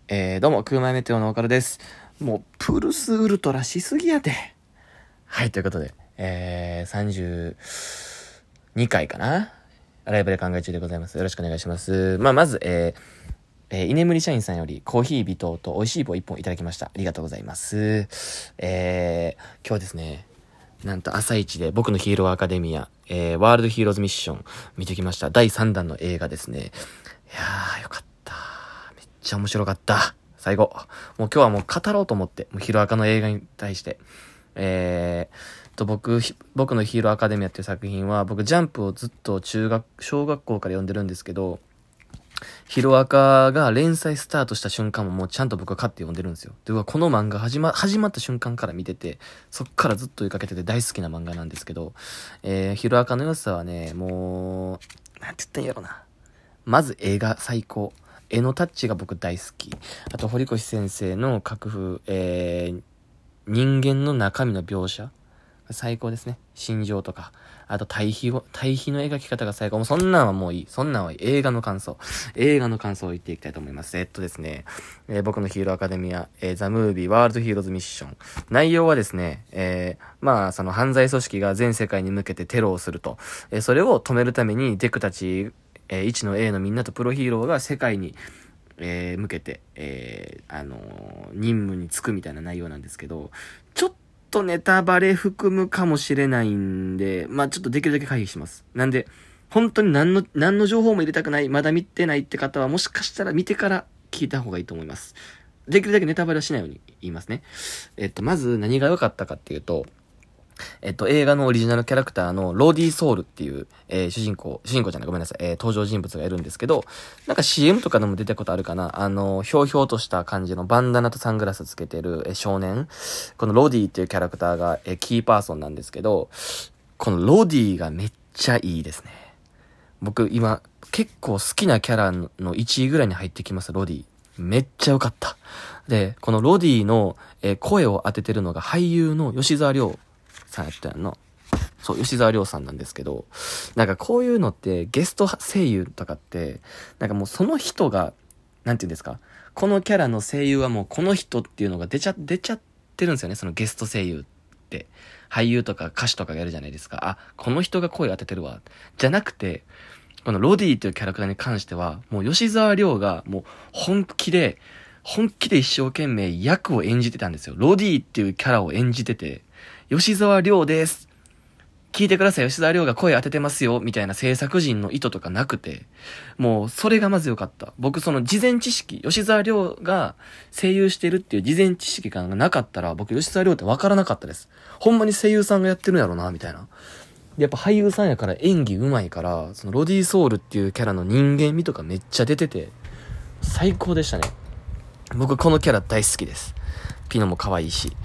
どうも、空前メテオのオカルです。もう、プルスウルトラしすぎやて。はい、ということで、32回かな、ライブで考え中でございます。よろしくお願いします。まず、居眠り社員さんよりコーヒー微糖と美味しい棒1本いただきました。ありがとうございます。今日はですね、なんと朝一で僕のヒーローアカデミア、ワールドヒーローズミッション見てきました。第3弾の映画ですね。いやー、よかった。めっちゃ面白かった。最後。もう今日はもう語ろうと思って、もうヒーローアカの映画に対して。僕のヒーローアカデミアっていう作品は、僕ジャンプをずっと小学校から読んでるんですけど、ヒロアカが連載スタートした瞬間ももうちゃんと僕は買って読んでるんですよ。で、この漫画始まった瞬間から見てて、そっからずっと追いかけてて大好きな漫画なんですけど、ヒロアカの良さはね、もう、なんて言ったんやろな。まず絵が最高。絵のタッチが僕大好き。あと、堀越先生の楽譜、人間の中身の描写。最高ですね。心情とか。あと対比の描き方が最高。もうそんなんはもういい。そんなんはいい。映画の感想を言っていきたいと思います。ですね、僕のヒーローアカデミア、ザ・ムービー・ワールド・ヒーローズ・ミッション。内容はですね、その犯罪組織が全世界に向けてテロをすると。それを止めるためにデクたち、1の A のみんなとプロヒーローが世界に、向けて、任務に就くみたいな内容なんですけど、ちょっとネタバレ含むかもしれないんで、ちょっとできるだけ回避します。なんで、本当に何の情報も入れたくない、まだ見てないって方は、もしかしたら見てから聞いた方がいいと思います。できるだけネタバレはしないように言いますね。まず何が良かったかっていうと、映画のオリジナルキャラクターのローディーソウルっていう、主人公じゃない、ごめんなさい、登場人物がいるんですけど、なんか CM とかでも出たことあるかな、ひょうひょうとした感じのバンダナとサングラスつけてる、少年。このロディっていうキャラクターが、キーパーソンなんですけど、このロディがめっちゃいいですね。僕今、結構好きなキャラの1位ぐらいに入ってきます、ロディ。めっちゃ良かった。で、このロディの、声を当ててるのが俳優の吉沢亮さんやったやんな。そう、吉沢亮さんなんですけど、なんかこういうのってゲスト声優とかって、なんかもうその人が、なんていうんですか、このキャラの声優はもうこの人っていうのが出ちゃってるんですよね、そのゲスト声優って。俳優とか歌手とかがやるじゃないですか。あ、この人が声当ててるわ。じゃなくて、このロディというキャラクターに関しては、もう吉沢亮がもう本気で一生懸命役を演じてたんですよ。ロディっていうキャラを演じてて、吉沢亮です。聞いてください。吉沢亮が声当ててますよ。みたいな制作陣の意図とかなくて。もう、それがまずよかった。僕、その事前知識、吉沢亮が声優してるっていう事前知識がなかったら、僕、吉沢亮って分からなかったです。ほんまに声優さんがやってるんやろな、みたいな。やっぱ俳優さんやから演技上手いから、そのロディソウルっていうキャラの人間味とかめっちゃ出てて、最高でしたね。僕、このキャラ大好きです。ピノも可愛いし。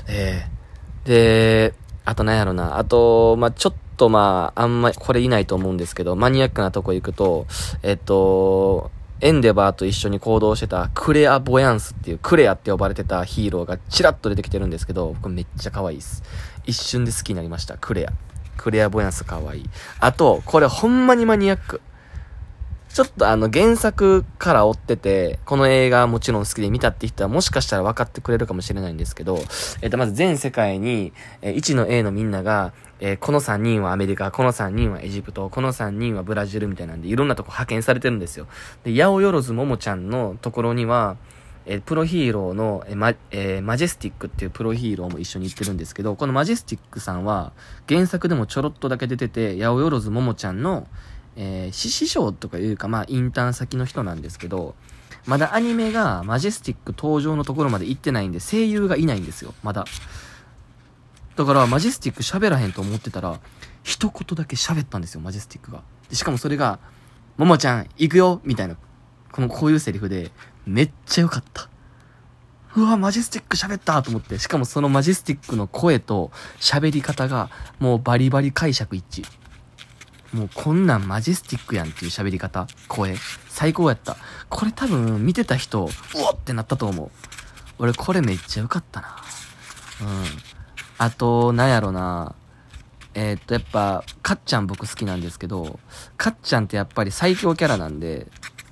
で、あとなんやろな。あと、ちょっとあんまりこれいないと思うんですけど、マニアックなとこ行くと、エンデバーと一緒に行動してたクレア・ボヤンスっていう、クレアって呼ばれてたヒーローがチラッと出てきてるんですけど、僕めっちゃ可愛いです。一瞬で好きになりました、クレア・ボヤンス可愛い。あと、これほんまにマニアック。ちょっと原作から追ってて、この映画もちろん好きで見たって人はもしかしたら分かってくれるかもしれないんですけど、まず全世界に、1の A のみんなが、この3人はアメリカ、この3人はエジプト、この3人はブラジルみたいなんで、いろんなとこ派遣されてるんですよ。で、八百万ももちゃんのところには、プロヒーローの、マジェスティックっていうプロヒーローも一緒に行ってるんですけど、このマジェスティックさんは、原作でもちょろっとだけ出てて、八百万ももちゃんの、師匠とかいうか、インターン先の人なんですけど、まだアニメがマジェスティック登場のところまで行ってないんで、声優がいないんですよ、まだ。だから、マジェスティック喋らへんと思ってたら、一言だけ喋ったんですよ、マジェスティックが。でしかもそれが、ももちゃん、行くよみたいな、こういうセリフで、めっちゃ良かった。うわ、マジェスティック喋ったと思って、しかもそのマジェスティックの声と喋り方が、もうバリバリ解釈一致。もうこんなんマジェスティックやんっていう喋り方、声、最高やった。これ多分見てた人、うおってなったと思う。俺これめっちゃ良かったな。うん。あと、なんやろな。やっぱ、かっちゃん僕好きなんですけど、かっちゃんってやっぱり最強キャラなんで、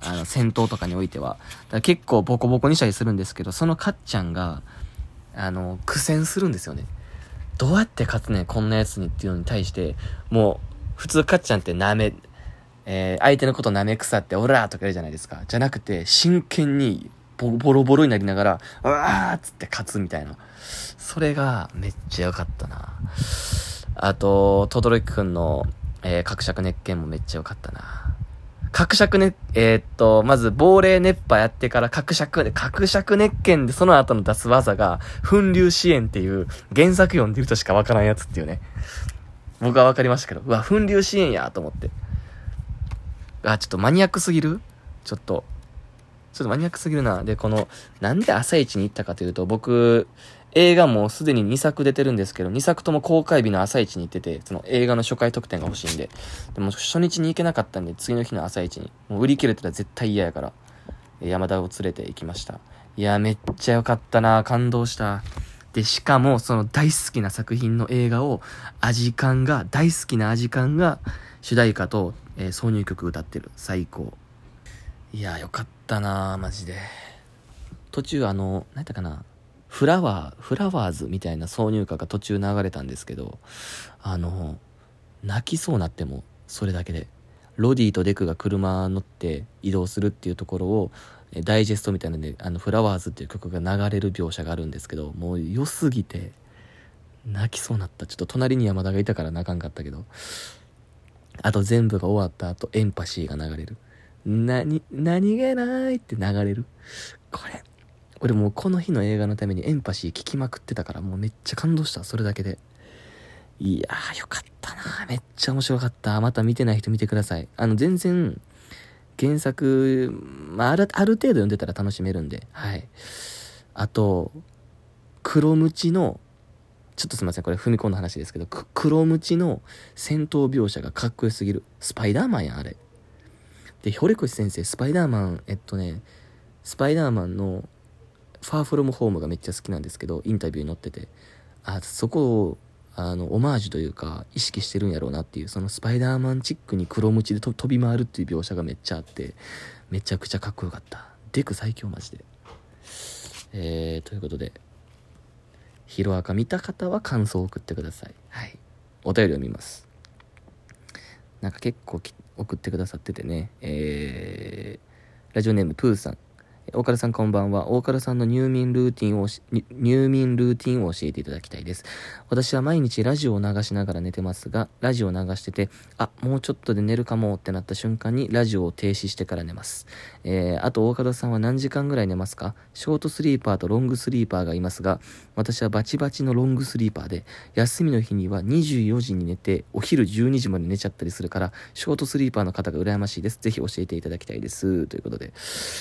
戦闘とかにおいては。だから結構ボコボコにしたりするんですけど、そのかっちゃんが、苦戦するんですよね。どうやって勝つねん、こんなやつにっていうのに対して、もう、普通かっちゃんって相手のこと舐め腐って、オラーとか言うじゃないですか。じゃなくて、真剣に、ボロボロになりながら、うわーっつって勝つみたいな。それが、めっちゃ良かったな。あと、トドロキくんの、角尺熱拳もめっちゃ良かったな。角尺ね、まず、亡霊熱波やってから角尺熱拳でその後の出す技が、粉粒支援っていう、原作読んでるとしかわからんやつっていうね。僕はわかりましたけど、うわ、粉粒支援やと思って。ちょっとマニアックすぎる？ちょっとマニアックすぎるな。で、なんで朝一に行ったかというと、僕、映画もうすでに2作出てるんですけど、2作とも公開日の朝一に行ってて、その映画の初回特典が欲しいんで。でも初日に行けなかったんで、次の日の朝一に。もう売り切れたら絶対嫌やから、山田を連れて行きました。いや、めっちゃ良かったな。感動した。で、しかも、その大好きな作品の映画を、大好きなアジカンが、主題歌と、挿入曲歌ってる。最高。いや、よかったなマジで。途中何やったかな、フラワーズみたいな挿入歌が途中流れたんですけど、泣きそうなっても、それだけで。ロディとデクが車乗って移動するっていうところを、ダイジェストみたいなので、フラワーズっていう曲が流れる描写があるんですけど、もう良すぎて、泣きそうなった。ちょっと隣に山田がいたから泣かんかったけど。あと全部が終わった後、エンパシーが流れる。何気ないって流れる。俺もうこの日の映画のためにエンパシー聞きまくってたから、もうめっちゃ感動した、それだけで。いやー、よかったな。めっちゃ面白かった。また見てない人見てください。全然、原作、ある程度読んでたら楽しめるんで、はい。あと、黒ムチの、ちょっとすいません、これ踏み込んだ話ですけど、黒ムチの戦闘描写がかっこよすぎる。スパイダーマンやん、あれ。で、堀越先生、スパイダーマンのファーフロムホームがめっちゃ好きなんですけど、インタビューに載ってて、そこを、オマージュというか、意識してるんやろうなっていう、そのスパイダーマンチックに黒ムチで飛び回るっていう描写がめっちゃあって、めちゃくちゃかっこよかった。デク最強マジで。ということで、ヒロアカ見た方は感想を送ってください。はい。お便りを見ます。なんか結構送ってくださっててね、ラジオネームプーさん。大唐さんこんばんは。大唐さんの入眠ルーティンを教えていただきたいです。私は毎日ラジオを流しながら寝てますが、ラジオを流してて、もうちょっとで寝るかもってなった瞬間にラジオを停止してから寝ます。あと大唐さんは何時間ぐらい寝ますか？ショートスリーパーとロングスリーパーがいますが、私はバチバチのロングスリーパーで、休みの日には24時に寝て、お昼12時まで寝ちゃったりするから、ショートスリーパーの方が羨ましいです。ぜひ教えていただきたいです。ということで。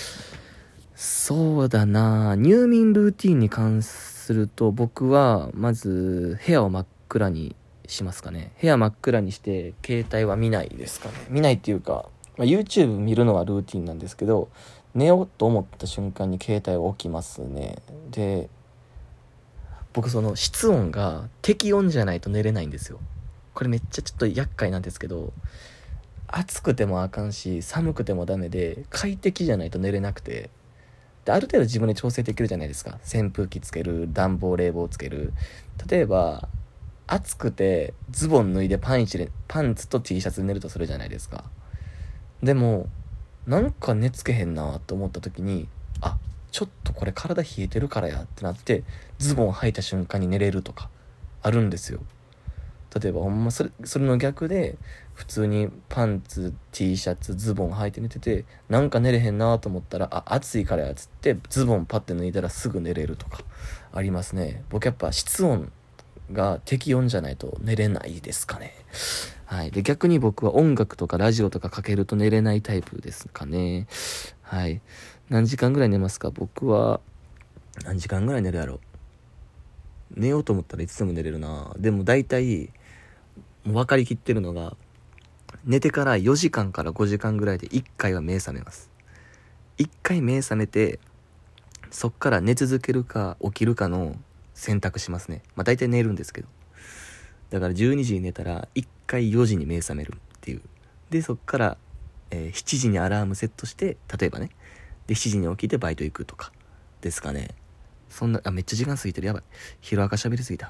そうだな、入眠ルーティンに関すると、僕はまず部屋を真っ暗にしますかね。部屋真っ暗にして携帯は見ないですかね。見ないっていうか、YouTube 見るのはルーティンなんですけど、寝ようと思った瞬間に携帯を置きますね。で、僕その室温が適温じゃないと寝れないんですよ。これめっちゃちょっと厄介なんですけど、暑くてもあかんし寒くてもダメで、快適じゃないと寝れなくて、である程度自分で調整できるじゃないですか。扇風機つける、暖房冷房つける。例えば暑くてズボン脱いでパンツと T シャツで寝るとするじゃないですか。でもなんか寝つけへんなと思った時に、ちょっとこれ体冷えてるからやってなってズボン履いた瞬間に寝れるとかあるんですよ。例えばほんまそれの逆で、普通にパンツ T シャツズボン履いて寝てて、なんか寝れへんなと思ったら、暑いからやつってズボンパッて脱いだらすぐ寝れるとかありますね。僕やっぱ室温が適温じゃないと寝れないですかね。はい。で、逆に僕は音楽とかラジオとかかけると寝れないタイプですかね。はい。何時間ぐらい寝ますか？僕は何時間ぐらい寝るやろ。寝ようと思ったらいつでも寝れるな。でも大体もう分かりきってるのが、寝てから4時間から5時間ぐらいで1回は目覚めます。1回目覚めて、そっから寝続けるか起きるかの選択しますね。大体寝るんですけど、だから12時に寝たら1回4時に目覚めるっていう。でそっから 7時にアラームセットして、例えばね、で7時に起きてバイト行くとかですかね。そんな、めっちゃ時間過ぎてる、やばい、ヒロアカ喋りすぎた。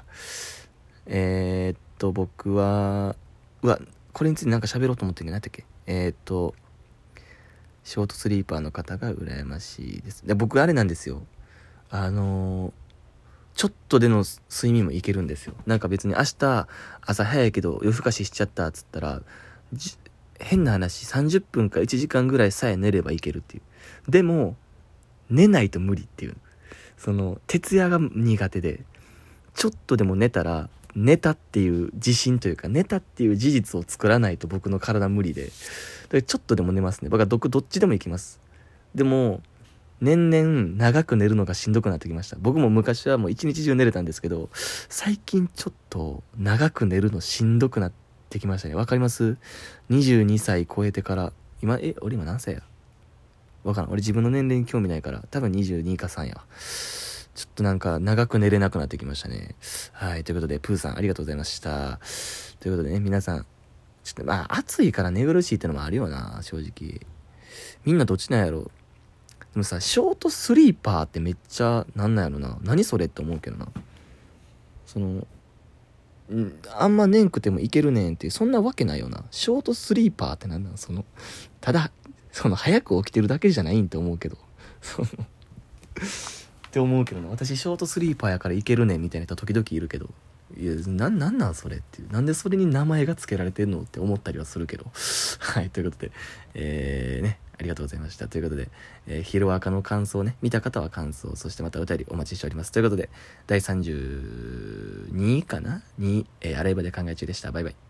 僕はこれについてなんか喋ろうと思ってんけど、何やったっけ。ショートスリーパーの方が羨ましいです。で、僕あれなんですよ、ちょっとでの睡眠もいけるんですよ。なんか別に明日朝早いけど夜更かししちゃったっつったら、変な話30分か1時間ぐらいさえ寝ればいけるっていう。でも寝ないと無理っていう、その徹夜が苦手で、ちょっとでも寝たら寝たっていう自信というか、寝たっていう事実を作らないと僕の体無理で、ちょっとでも寝ますね。僕はどっちでも行きます。でも年々長く寝るのがしんどくなってきました。僕も昔はもう一日中寝れたんですけど、最近ちょっと長く寝るのしんどくなってきましたね。わかります？ 22 歳超えてから、俺今何歳や、わからん。俺自分の年齢に興味ないから、多分22か3やわ。ちょっとなんか長く寝れなくなってきましたね。はい。ということで、プーさんありがとうございました。ということでね、皆さん、ちょっと暑いから寝苦しいってのもあるよな、正直。みんなどっちなんやろ。でもさ、ショートスリーパーってめっちゃなんなんやろな。何それって思うけどな。あんま寝んくてもいけるねんっていう、そんなわけないよな。ショートスリーパーってなんなん、ただ、早く起きてるだけじゃないんって思うけど。って思うけどな。私ショートスリーパーやからいけるねんみたいな人時々いるけど、いや、なんそれっていう、なんでそれに名前が付けられてんのって思ったりはするけど。はい、ということで、ね、ありがとうございました。ということで、ヒロアカの感想ね、見た方は感想、そしてまたお便りお待ちしております。ということで、第32かなに、洗い場で考え中でした。バイバイ。